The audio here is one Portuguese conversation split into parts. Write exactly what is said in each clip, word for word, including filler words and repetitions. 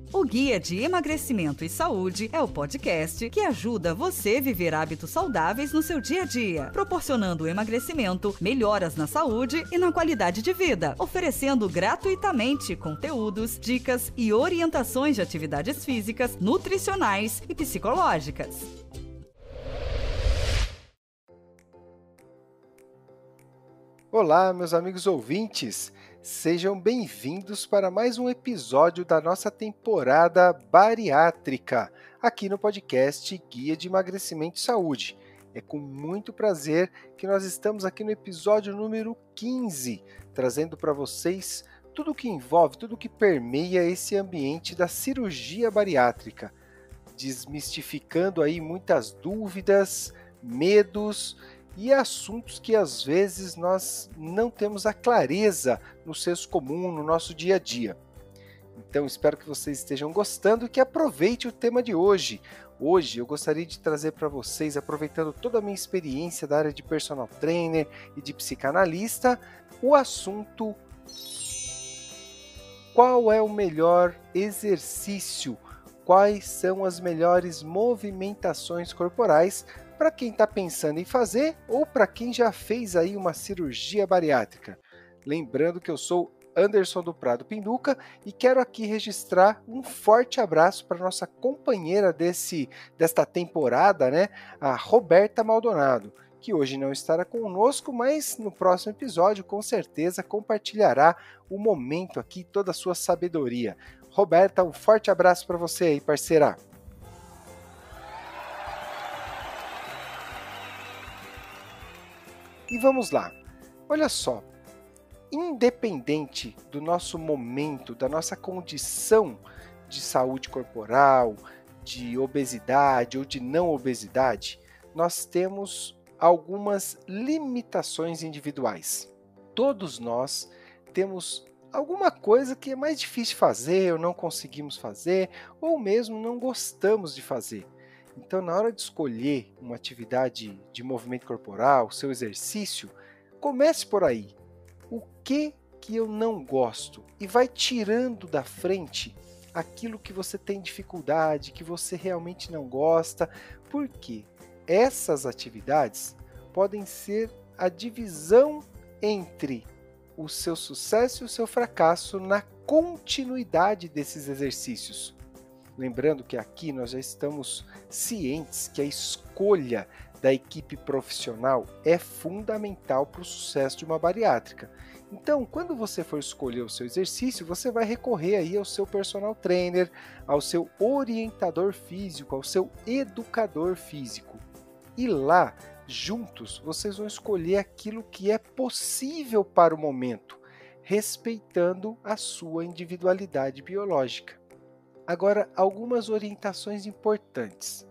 O Guia de Emagrecimento e Saúde é o podcast que ajuda você a viver hábitos saudáveis no seu dia a dia, proporcionando emagrecimento, melhoras na saúde e na qualidade de vida, oferecendo gratuitamente conteúdos, dicas e orientações de atividades físicas, nutricionais e psicológicas. Olá, meus amigos ouvintes! Sejam bem-vindos para mais um episódio da nossa temporada bariátrica, aqui no podcast Guia de Emagrecimento e Saúde. É com muito prazer que nós estamos aqui no episódio número quinze, trazendo para vocês tudo o que envolve, tudo o que permeia esse ambiente da cirurgia bariátrica, desmistificando aí muitas dúvidas, medos e assuntos que às vezes nós não temos a clareza no senso comum, no nosso dia a dia. Então espero que vocês estejam gostando e que aproveite o tema de hoje. Hoje eu gostaria de trazer para vocês, aproveitando toda a minha experiência da área de personal trainer e de psicanalista, o assunto: qual é o melhor exercício? Quais são as melhores movimentações corporais para quem está pensando em fazer ou para quem já fez aí uma cirurgia bariátrica? Lembrando que eu sou Anderson do Prado Pinduca e quero aqui registrar um forte abraço para nossa companheira desse, desta temporada, né, a Roberta Maldonado, que hoje não estará conosco, mas no próximo episódio com certeza compartilhará o momento aqui, toda a sua sabedoria. Roberta, um forte abraço para você aí, parceira. E vamos lá, olha só, independente do nosso momento, da nossa condição de saúde corporal, de obesidade ou de não obesidade, nós temos algumas limitações individuais. Todos nós temos alguma coisa que é mais difícil de fazer, ou não conseguimos fazer, ou mesmo não gostamos de fazer. Então, na hora de escolher uma atividade de movimento corporal, seu exercício, comece por aí. O que que eu não gosto? E vai tirando da frente aquilo que você tem dificuldade, que você realmente não gosta, porque essas atividades podem ser a divisão entre o seu sucesso e o seu fracasso na continuidade desses exercícios. Lembrando que aqui nós já estamos cientes que a escolha da equipe profissional é fundamental para o sucesso de uma bariátrica. Então, quando você for escolher o seu exercício, você vai recorrer aí ao seu personal trainer, ao seu orientador físico, ao seu educador físico. E lá, juntos, vocês vão escolher aquilo que é possível para o momento, respeitando a sua individualidade biológica. Agora, algumas orientações importantes.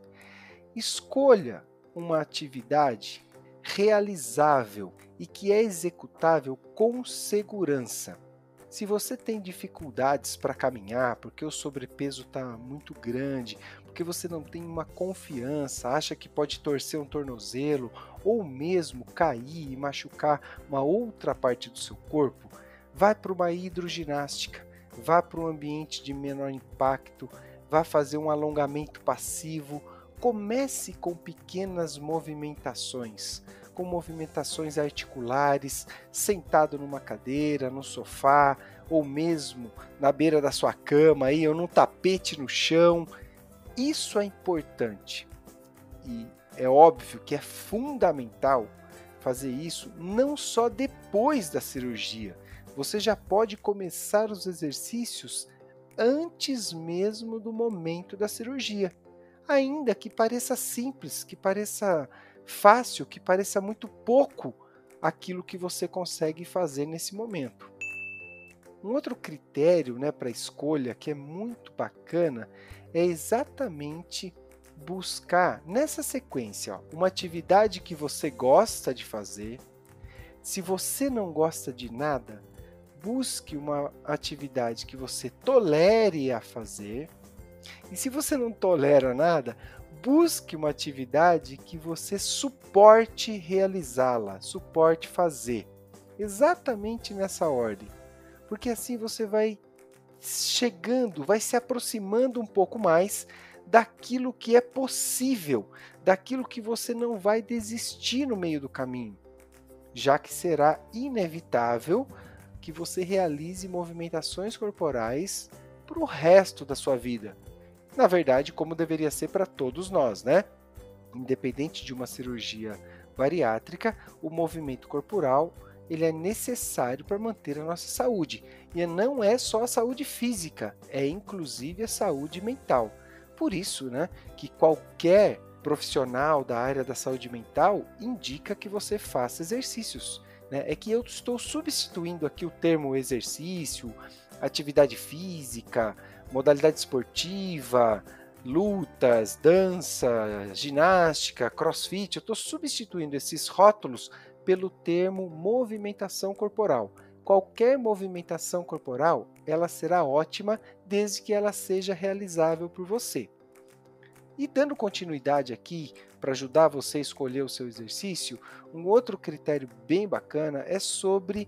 Escolha uma atividade realizável e que é executável com segurança. Se você tem dificuldades para caminhar, porque o sobrepeso está muito grande, porque você não tem uma confiança, acha que pode torcer um tornozelo ou mesmo cair e machucar uma outra parte do seu corpo, vai para uma hidroginástica. Vá para um ambiente de menor impacto, vá fazer um alongamento passivo, comece com pequenas movimentações, com movimentações articulares, sentado numa cadeira, no sofá, ou mesmo na beira da sua cama, aí, ou num tapete no chão. Isso é importante e é óbvio que é fundamental fazer isso não só depois da cirurgia. Você já pode começar os exercícios antes mesmo do momento da cirurgia. Ainda que pareça simples, que pareça fácil, que pareça muito pouco aquilo que você consegue fazer nesse momento. Um outro critério, né, para a escolha que é muito bacana é exatamente buscar nessa sequência ó, uma atividade que você gosta de fazer. Se você não gosta de nada, busque uma atividade que você tolere a fazer. E se você não tolera nada, busque uma atividade que você suporte realizá-la, suporte fazer. Exatamente nessa ordem. Porque assim você vai chegando, vai se aproximando um pouco mais daquilo que é possível, daquilo que você não vai desistir no meio do caminho, já que será inevitável que você realize movimentações corporais para o resto da sua vida. Na verdade, como deveria ser para todos nós, né? Independente de uma cirurgia bariátrica, o movimento corporal ele é necessário para manter a nossa saúde. E não é só a saúde física, é inclusive a saúde mental. Por isso, né, que qualquer profissional da área da saúde mental indica que você faça exercícios. Né? É que eu estou substituindo aqui o termo exercício, atividade física, modalidade esportiva, lutas, dança, ginástica, crossfit. Eu estou substituindo esses rótulos pelo termo movimentação corporal. Qualquer movimentação corporal, ela será ótima desde que ela seja realizável por você. E dando continuidade aqui, para ajudar você a escolher o seu exercício, um outro critério bem bacana é sobre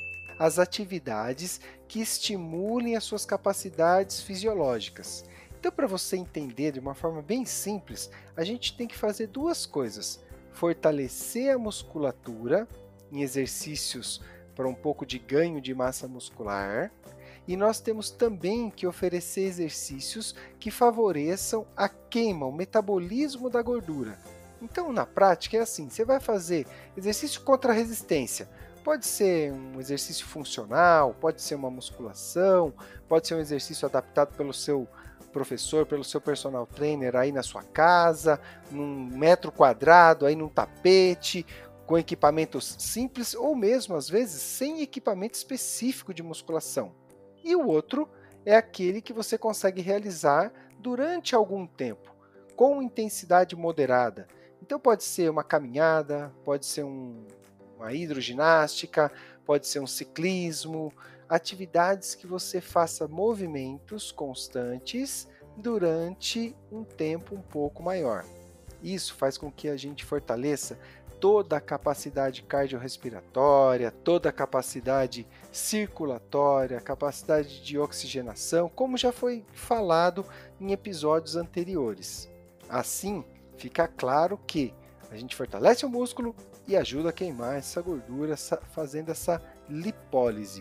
as atividades que estimulem as suas capacidades fisiológicas. Então, para você entender de uma forma bem simples, a gente tem que fazer duas coisas: fortalecer a musculatura em exercícios para um pouco de ganho de massa muscular, e nós temos também que oferecer exercícios que favoreçam a queima, o metabolismo da gordura. Então, na prática, é assim: você vai fazer exercício contra a resistência. Pode ser um exercício funcional, pode ser uma musculação, pode ser um exercício adaptado pelo seu professor, pelo seu personal trainer aí na sua casa, num metro quadrado, aí num tapete, com equipamentos simples ou mesmo, às vezes, sem equipamento específico de musculação. E o outro é aquele que você consegue realizar durante algum tempo, com intensidade moderada. Então pode ser uma caminhada, pode ser um, uma hidroginástica, pode ser um ciclismo, atividades que você faça movimentos constantes durante um tempo um pouco maior. Isso faz com que a gente fortaleça toda a capacidade cardiorrespiratória, toda a capacidade circulatória, capacidade de oxigenação, como já foi falado em episódios anteriores. Assim, fica claro que a gente fortalece o músculo e ajuda a queimar essa gordura, fazendo essa lipólise.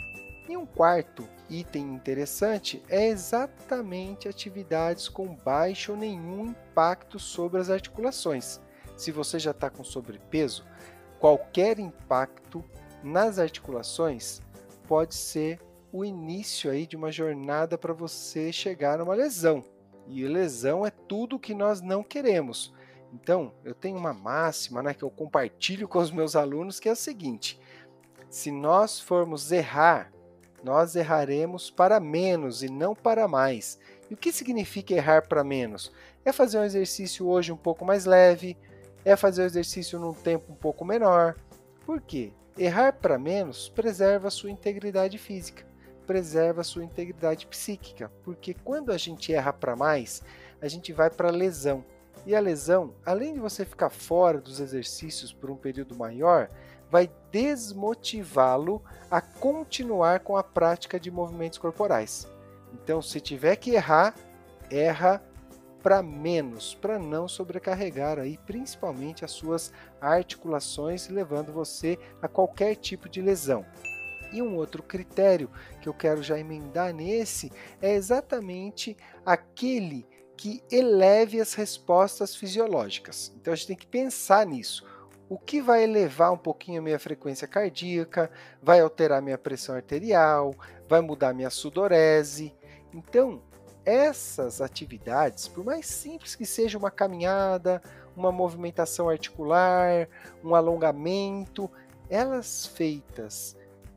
E um quarto item interessante é exatamente atividades com baixo ou nenhum impacto sobre as articulações. Se você já está com sobrepeso, qualquer impacto nas articulações pode ser o início aí de uma jornada para você chegar a uma lesão. E lesão é tudo que nós não queremos. Então, eu tenho uma máxima, né, que eu compartilho com os meus alunos, que é a seguinte: se nós formos errar, nós erraremos para menos e não para mais. E o que significa errar para menos? É fazer um exercício hoje um pouco mais leve, é fazer o exercício num tempo um pouco menor. Por quê? Errar para menos preserva a sua integridade física, preserva a sua integridade psíquica, porque quando a gente erra para mais, a gente vai para a lesão. E a lesão, além de você ficar fora dos exercícios por um período maior, vai desmotivá-lo a continuar com a prática de movimentos corporais. Então, se tiver que errar, erra para menos, para não sobrecarregar aí, principalmente as suas articulações, levando você a qualquer tipo de lesão. E um outro critério que eu quero já emendar nesse é exatamente aquele que eleve as respostas fisiológicas. Então a gente tem que pensar nisso. O que vai elevar um pouquinho a minha frequência cardíaca, vai alterar minha pressão arterial, vai mudar minha sudorese. Então, essas atividades, por mais simples que seja uma caminhada, uma movimentação articular, um alongamento, elas feitas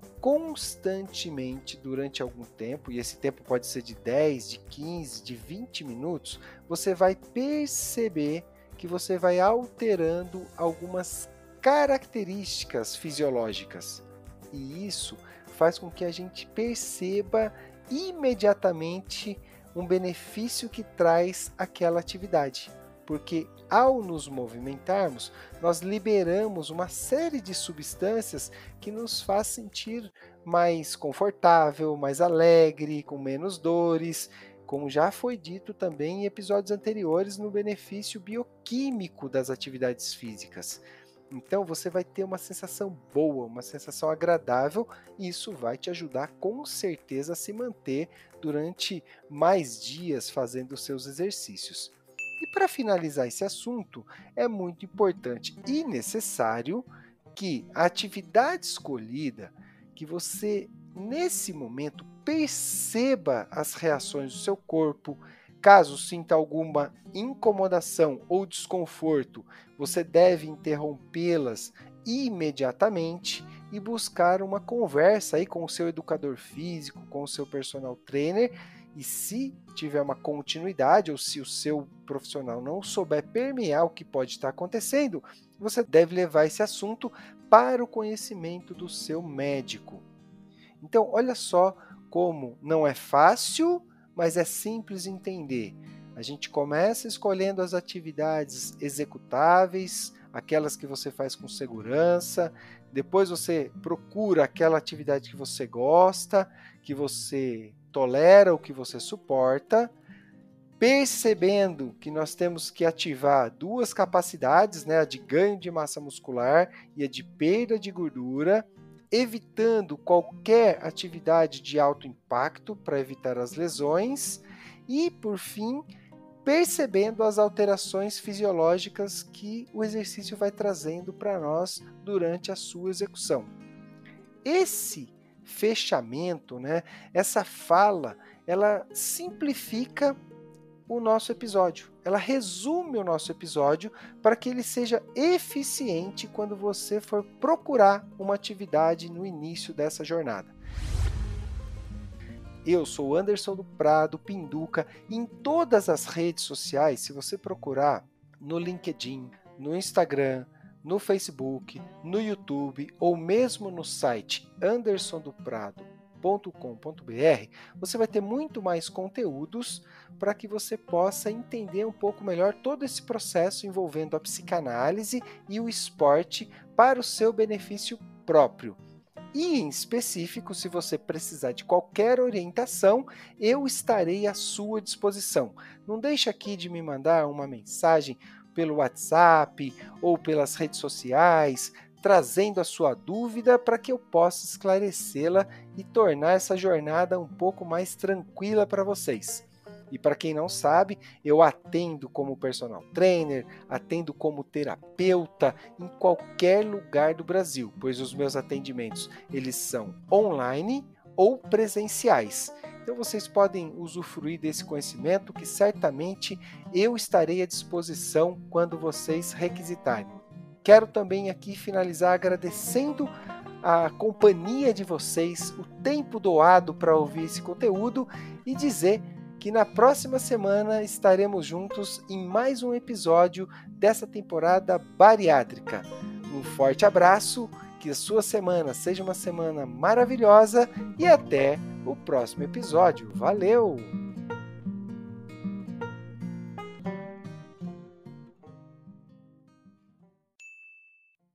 constantemente durante algum tempo, e esse tempo pode ser de dez, de quinze, de vinte minutos, você vai perceber que você vai alterando algumas características fisiológicas. E isso faz com que a gente perceba imediatamente um benefício que traz aquela atividade. porque ao nos movimentarmos, nós liberamos uma série de substâncias que nos faz sentir mais confortável, mais alegre, com menos dores, como já foi dito também em episódios anteriores no benefício bioquímico das atividades físicas. Então você vai ter uma sensação boa, uma sensação agradável, e isso vai te ajudar com certeza a se manter durante mais dias fazendo os seus exercícios. E para finalizar esse assunto, é muito importante e necessário que a atividade escolhida, que você nesse momento perceba as reações do seu corpo. Caso sinta alguma incomodação ou desconforto, você deve interrompê-las imediatamente e buscar uma conversa aí com o seu educador físico, com o seu personal trainer, e se tiver uma continuidade ou se o seu profissional não souber permear o que pode estar acontecendo, você deve levar esse assunto para o conhecimento do seu médico. Então, olha só como não é fácil, mas é simples entender. A gente começa escolhendo as atividades executáveis, aquelas que você faz com segurança, depois você procura aquela atividade que você gosta, que você tolera ou que você suporta, percebendo que nós temos que ativar duas capacidades, né, a de ganho de massa muscular e a de perda de gordura, evitando qualquer atividade de alto impacto para evitar as lesões e, por fim, percebendo as alterações fisiológicas que o exercício vai trazendo para nós durante a sua execução. Esse fechamento, né, essa fala, ela simplifica o nosso episódio. Ela resume o nosso episódio para que ele seja eficiente quando você for procurar uma atividade no início dessa jornada. Eu sou Anderson do Prado Pinduca e em todas as redes sociais, se você procurar no LinkedIn, no Instagram, no Facebook, no YouTube ou mesmo no site anderson do prado ponto com ponto b r, você vai ter muito mais conteúdos para que você possa entender um pouco melhor todo esse processo envolvendo a psicanálise e o esporte para o seu benefício próprio. E, em específico, se você precisar de qualquer orientação, eu estarei à sua disposição. Não deixe aqui de me mandar uma mensagem pelo WhatsApp ou pelas redes sociais, trazendo a sua dúvida para que eu possa esclarecê-la e tornar essa jornada um pouco mais tranquila para vocês. E para quem não sabe, eu atendo como personal trainer, atendo como terapeuta em qualquer lugar do Brasil, pois os meus atendimentos eles são online ou presenciais. Então vocês podem usufruir desse conhecimento que certamente eu estarei à disposição quando vocês requisitarem. Quero também aqui finalizar agradecendo a companhia de vocês, o tempo doado para ouvir esse conteúdo e dizer que na próxima semana estaremos juntos em mais um episódio dessa temporada bariátrica. Um forte abraço, que a sua semana seja uma semana maravilhosa e até o próximo episódio. Valeu!